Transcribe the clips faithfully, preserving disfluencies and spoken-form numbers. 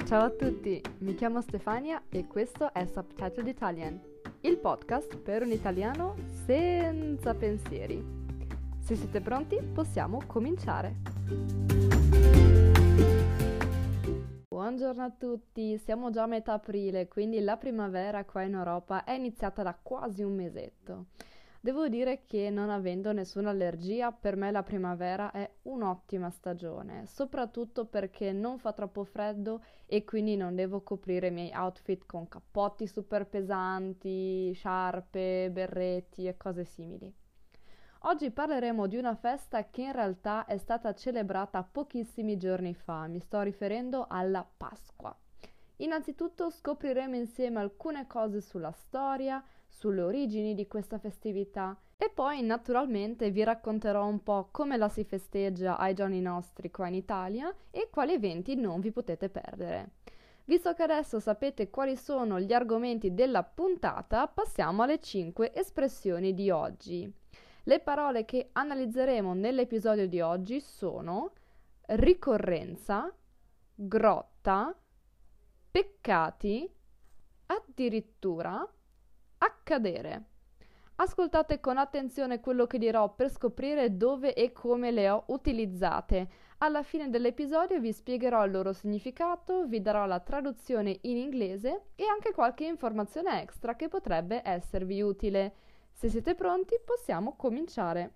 Ciao a tutti, mi chiamo Stefania e questo è Subtitled Italian, il podcast per un italiano senza pensieri. Se siete pronti, possiamo cominciare. Buongiorno a tutti, siamo già a metà aprile, quindi la primavera qua in Europa è iniziata da quasi un mesetto. Devo dire che non avendo nessuna allergia, per me la primavera è un'ottima stagione, soprattutto perché non fa troppo freddo e quindi non devo coprire i miei outfit con cappotti super pesanti, sciarpe, berretti e cose simili. Oggi parleremo di una festa che in realtà è stata celebrata pochissimi giorni fa, mi sto riferendo alla Pasqua. Innanzitutto scopriremo insieme alcune cose sulla storia, sulle origini di questa festività e poi naturalmente vi racconterò un po' come la si festeggia ai giorni nostri qua in Italia e quali eventi non vi potete perdere. Visto che adesso sapete quali sono gli argomenti della puntata, passiamo alle cinque espressioni di oggi. Le parole che analizzeremo nell'episodio di oggi sono ricorrenza, grotta, peccati, addirittura accadere. Ascoltate con attenzione quello che dirò per scoprire dove e come le ho utilizzate. Alla fine dell'episodio vi spiegherò il loro significato, vi darò la traduzione in inglese e anche qualche informazione extra che potrebbe esservi utile. Se siete pronti, possiamo cominciare.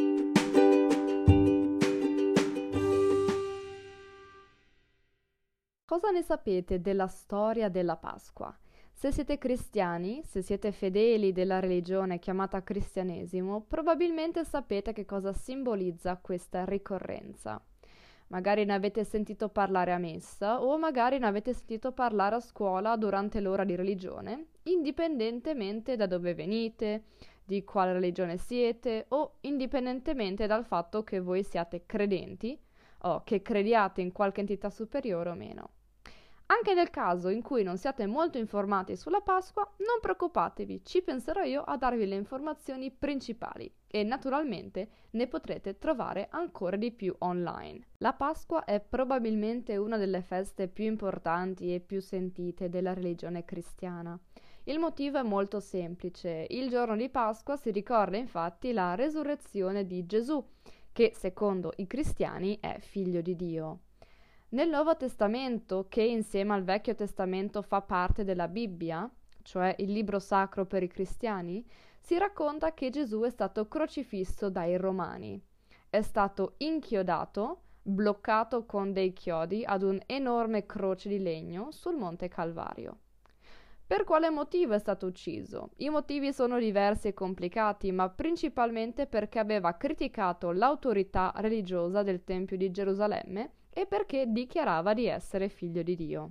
Cosa ne sapete della storia della Pasqua? Se siete cristiani, se siete fedeli della religione chiamata cristianesimo, probabilmente sapete che cosa simbolizza questa ricorrenza. Magari ne avete sentito parlare a messa o magari ne avete sentito parlare a scuola durante l'ora di religione, indipendentemente da dove venite, di quale religione siete o indipendentemente dal fatto che voi siate credenti o che crediate in qualche entità superiore o meno. Anche nel caso in cui non siate molto informati sulla Pasqua, non preoccupatevi, ci penserò io a darvi le informazioni principali e naturalmente ne potrete trovare ancora di più online. La Pasqua è probabilmente una delle feste più importanti e più sentite della religione cristiana. Il motivo è molto semplice. Il giorno di Pasqua si ricorda infatti la resurrezione di Gesù, che secondo i cristiani è figlio di Dio. Nel Nuovo Testamento, che insieme al Vecchio Testamento fa parte della Bibbia, cioè il libro sacro per i cristiani, si racconta che Gesù è stato crocifisso dai Romani. È stato inchiodato, bloccato con dei chiodi ad un'enorme croce di legno sul Monte Calvario. Per quale motivo è stato ucciso? I motivi sono diversi e complicati, ma principalmente perché aveva criticato l'autorità religiosa del Tempio di Gerusalemme e perché dichiarava di essere figlio di Dio.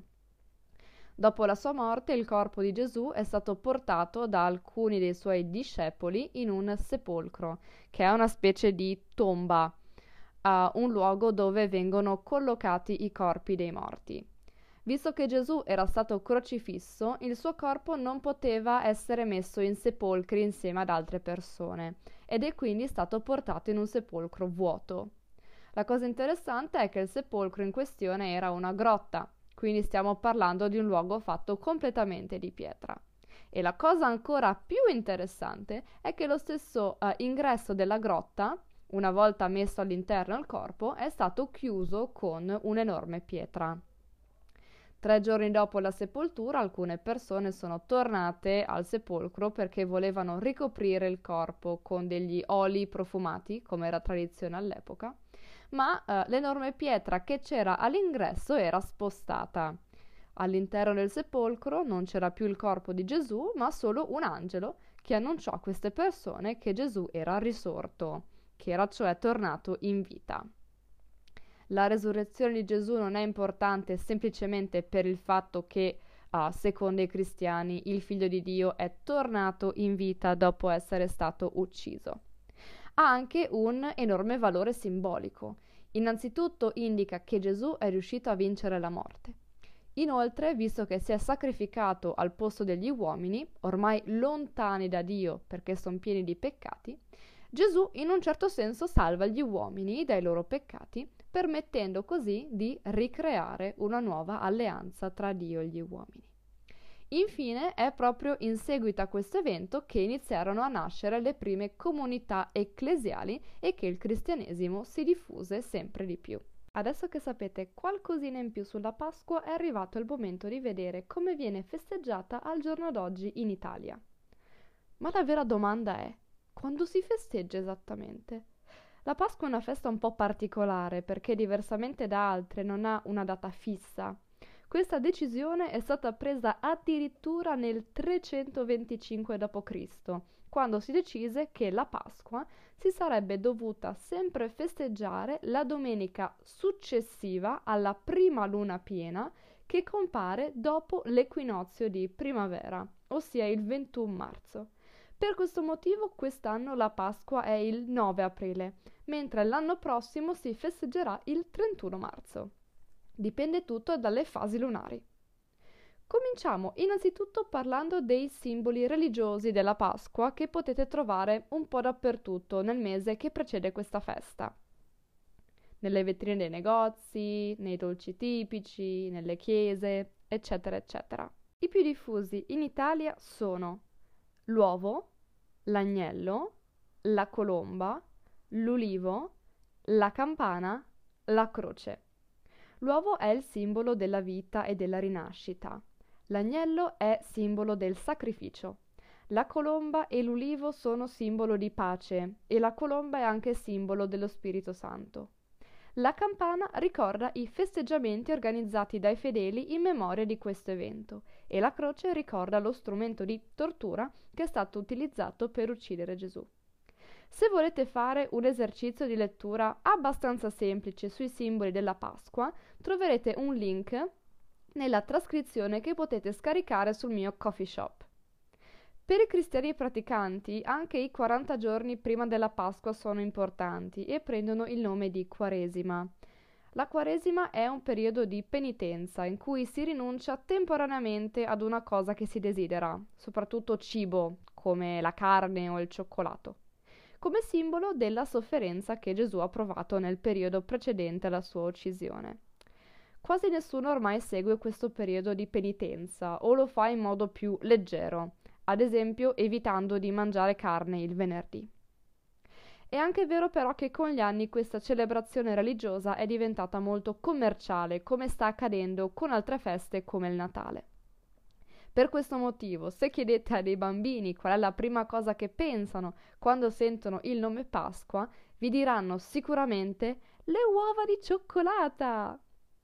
Dopo la sua morte, il corpo di Gesù è stato portato da alcuni dei suoi discepoli in un sepolcro, che è una specie di tomba, uh, un luogo dove vengono collocati i corpi dei morti. Visto che Gesù era stato crocifisso, il suo corpo non poteva essere messo in sepolcri insieme ad altre persone ed è quindi stato portato in un sepolcro vuoto. La cosa interessante è che il sepolcro in questione era una grotta, quindi stiamo parlando di un luogo fatto completamente di pietra. E la cosa ancora più interessante è che lo stesso uh, ingresso della grotta, una volta messo all'interno il corpo, è stato chiuso con un'enorme pietra. Tre giorni dopo la sepoltura, alcune persone sono tornate al sepolcro perché volevano ricoprire il corpo con degli oli profumati, come era tradizione all'epoca, ma eh, l'enorme pietra che c'era all'ingresso era spostata. All'interno del sepolcro non c'era più il corpo di Gesù, ma solo un angelo che annunciò a queste persone che Gesù era risorto, che era cioè tornato in vita. La resurrezione di Gesù non è importante semplicemente per il fatto che, uh, secondo i cristiani, il figlio di Dio è tornato in vita dopo essere stato ucciso. Ha anche un enorme valore simbolico. Innanzitutto indica che Gesù è riuscito a vincere la morte. Inoltre, visto che si è sacrificato al posto degli uomini, ormai lontani da Dio perché sono pieni di peccati, Gesù in un certo senso salva gli uomini dai loro peccati, permettendo così di ricreare una nuova alleanza tra Dio e gli uomini. Infine, è proprio in seguito a questo evento che iniziarono a nascere le prime comunità ecclesiali e che il cristianesimo si diffuse sempre di più. Adesso che sapete qualcosina in più sulla Pasqua, è arrivato il momento di vedere come viene festeggiata al giorno d'oggi in Italia. Ma la vera domanda è: quando si festeggia esattamente? La Pasqua è una festa un po' particolare perché, diversamente da altre, non ha una data fissa. Questa decisione è stata presa addirittura nel trecentoventicinque dopo Cristo, quando si decise che la Pasqua si sarebbe dovuta sempre festeggiare la domenica successiva alla prima luna piena, che compare dopo l'equinozio di primavera, ossia il ventuno marzo. Per questo motivo quest'anno la Pasqua è il nove aprile, mentre l'anno prossimo si festeggerà il trentuno marzo. Dipende tutto dalle fasi lunari. Cominciamo innanzitutto parlando dei simboli religiosi della Pasqua che potete trovare un po' dappertutto nel mese che precede questa festa. Nelle vetrine dei negozi, nei dolci tipici, nelle chiese, eccetera, eccetera. I più diffusi in Italia sono l'uovo, l'agnello, la colomba, l'ulivo, la campana, la croce. L'uovo è il simbolo della vita e della rinascita. L'agnello è simbolo del sacrificio. La colomba e l'ulivo sono simbolo di pace e la colomba è anche simbolo dello Spirito Santo. La campana ricorda i festeggiamenti organizzati dai fedeli in memoria di questo evento e la croce ricorda lo strumento di tortura che è stato utilizzato per uccidere Gesù. Se volete fare un esercizio di lettura abbastanza semplice sui simboli della Pasqua, troverete un link nella trascrizione che potete scaricare sul mio coffee shop. Per i cristiani praticanti, anche i quaranta giorni prima della Pasqua sono importanti e prendono il nome di Quaresima. La Quaresima è un periodo di penitenza in cui si rinuncia temporaneamente ad una cosa che si desidera, soprattutto cibo, come la carne o il cioccolato, come simbolo della sofferenza che Gesù ha provato nel periodo precedente alla sua uccisione. Quasi nessuno ormai segue questo periodo di penitenza o lo fa in modo più leggero, ad esempio evitando di mangiare carne il venerdì. È anche vero però che con gli anni questa celebrazione religiosa è diventata molto commerciale, come sta accadendo con altre feste come il Natale. Per questo motivo, se chiedete a dei bambini qual è la prima cosa che pensano quando sentono il nome Pasqua, vi diranno sicuramente le uova di cioccolata!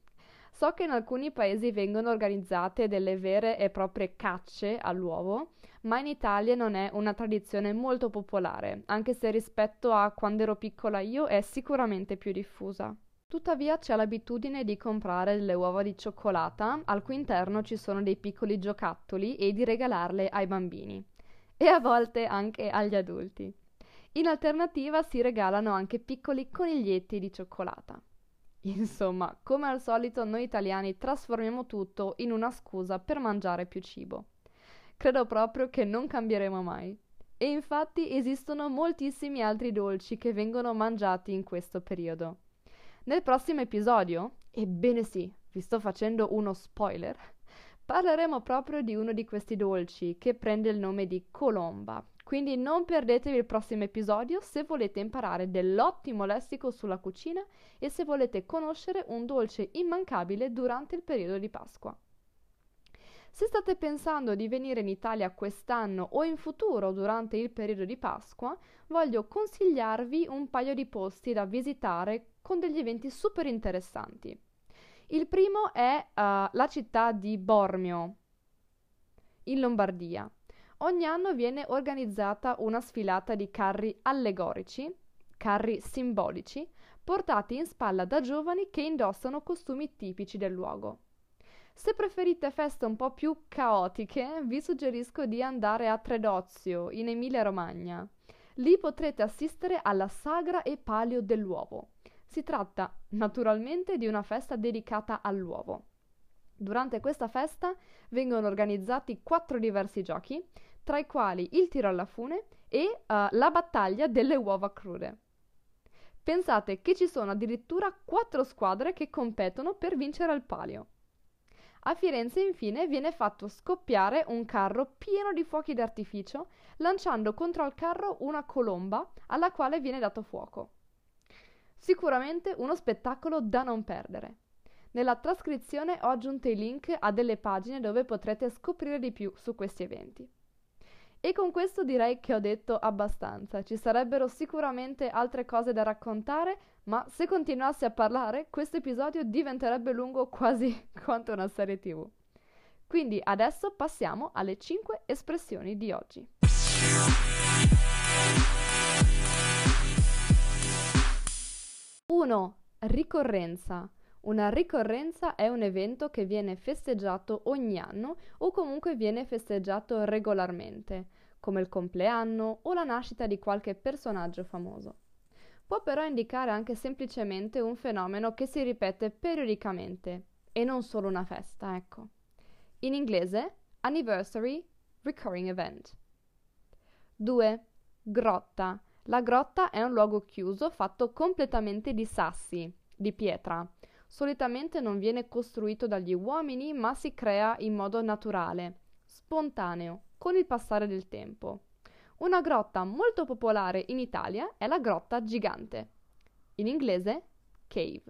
So che in alcuni paesi vengono organizzate delle vere e proprie cacce all'uovo, ma in Italia non è una tradizione molto popolare, anche se rispetto a quando ero piccola io è sicuramente più diffusa. Tuttavia c'è l'abitudine di comprare delle uova di cioccolata, al cui interno ci sono dei piccoli giocattoli, e di regalarle ai bambini, e a volte anche agli adulti. In alternativa si regalano anche piccoli coniglietti di cioccolata. Insomma, come al solito noi italiani trasformiamo tutto in una scusa per mangiare più cibo. Credo proprio che non cambieremo mai. E infatti esistono moltissimi altri dolci che vengono mangiati in questo periodo. Nel prossimo episodio, ebbene sì, vi sto facendo uno spoiler, parleremo proprio di uno di questi dolci che prende il nome di colomba. Quindi non perdetevi il prossimo episodio se volete imparare dell'ottimo lessico sulla cucina e se volete conoscere un dolce immancabile durante il periodo di Pasqua. Se state pensando di venire in Italia quest'anno o in futuro durante il periodo di Pasqua, voglio consigliarvi un paio di posti da visitare con degli eventi super interessanti. Il primo è uh, la città di Bormio, in Lombardia. Ogni anno viene organizzata una sfilata di carri allegorici, carri simbolici, portati in spalla da giovani che indossano costumi tipici del luogo. Se preferite feste un po' più caotiche, vi suggerisco di andare a Tredozio, in Emilia-Romagna. Lì potrete assistere alla Sagra e Palio dell'uovo. Si tratta naturalmente di una festa dedicata all'uovo. Durante questa festa vengono organizzati quattro diversi giochi, tra i quali il tiro alla fune e uh, la battaglia delle uova crude. Pensate che ci sono addirittura quattro squadre che competono per vincere il palio. A Firenze, infine, viene fatto scoppiare un carro pieno di fuochi d'artificio, lanciando contro il carro una colomba alla quale viene dato fuoco. Sicuramente uno spettacolo da non perdere. Nella trascrizione ho aggiunto i link a delle pagine dove potrete scoprire di più su questi eventi. E con questo direi che ho detto abbastanza. Ci sarebbero sicuramente altre cose da raccontare, ma se continuassi a parlare, questo episodio diventerebbe lungo quasi quanto una serie tivù. Quindi adesso passiamo alle cinque espressioni di oggi. uno. Ricorrenza. Una ricorrenza è un evento che viene festeggiato ogni anno o comunque viene festeggiato regolarmente, come il compleanno o la nascita di qualche personaggio famoso. Può però indicare anche semplicemente un fenomeno che si ripete periodicamente e non solo una festa, ecco. In inglese, anniversary, recurring event. due. Grotta. La grotta è un luogo chiuso fatto completamente di sassi, di pietra. Solitamente non viene costruito dagli uomini, ma si crea in modo naturale, spontaneo, con il passare del tempo. Una grotta molto popolare in Italia è la grotta gigante. In inglese, cave.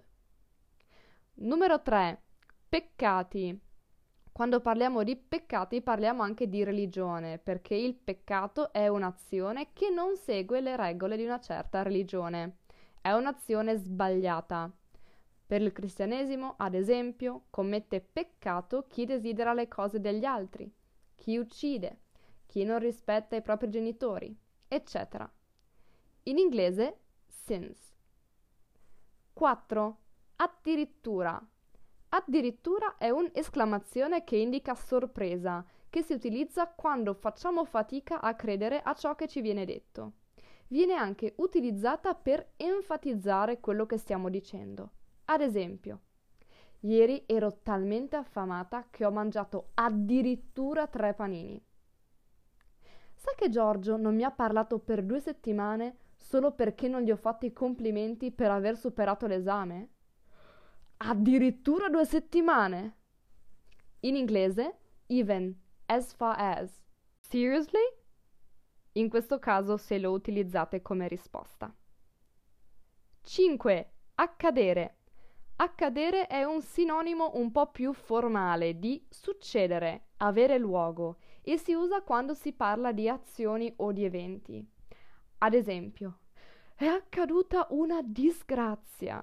Numero tre. Peccati. Quando parliamo di peccati parliamo anche di religione, perché il peccato è un'azione che non segue le regole di una certa religione. È un'azione sbagliata. Per il cristianesimo, ad esempio, commette peccato chi desidera le cose degli altri, chi uccide, chi non rispetta i propri genitori, eccetera. In inglese, sins. quattro. Addirittura. Addirittura è un'esclamazione che indica sorpresa, che si utilizza quando facciamo fatica a credere a ciò che ci viene detto. Viene anche utilizzata per enfatizzare quello che stiamo dicendo. Ad esempio, ieri ero talmente affamata che ho mangiato addirittura tre panini. Sai che Giorgio non mi ha parlato per due settimane solo perché non gli ho fatto i complimenti per aver superato l'esame? Addirittura due settimane! In inglese, even, as far as. Seriously? In questo caso se lo utilizzate come risposta. cinque. Accadere. Accadere è un sinonimo un po' più formale di succedere, avere luogo, e si usa quando si parla di azioni o di eventi. Ad esempio, è accaduta una disgrazia.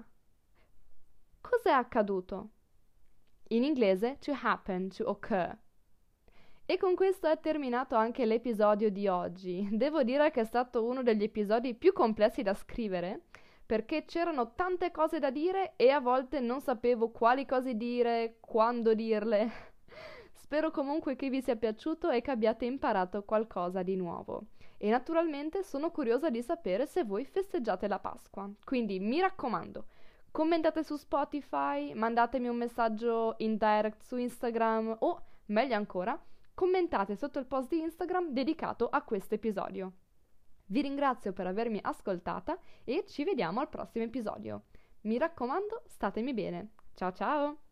Cos'è accaduto? In inglese, to happen, to occur. E con questo è terminato anche l'episodio di oggi. Devo dire che è stato uno degli episodi più complessi da scrivere, perché c'erano tante cose da dire e a volte non sapevo quali cose dire, quando dirle. Spero comunque che vi sia piaciuto e che abbiate imparato qualcosa di nuovo. E naturalmente sono curiosa di sapere se voi festeggiate la Pasqua. Quindi mi raccomando, commentate su Spotify, mandatemi un messaggio in direct su Instagram o, meglio ancora, commentate sotto il post di Instagram dedicato a questo episodio. Vi ringrazio per avermi ascoltata e ci vediamo al prossimo episodio. Mi raccomando, statemi bene. Ciao ciao!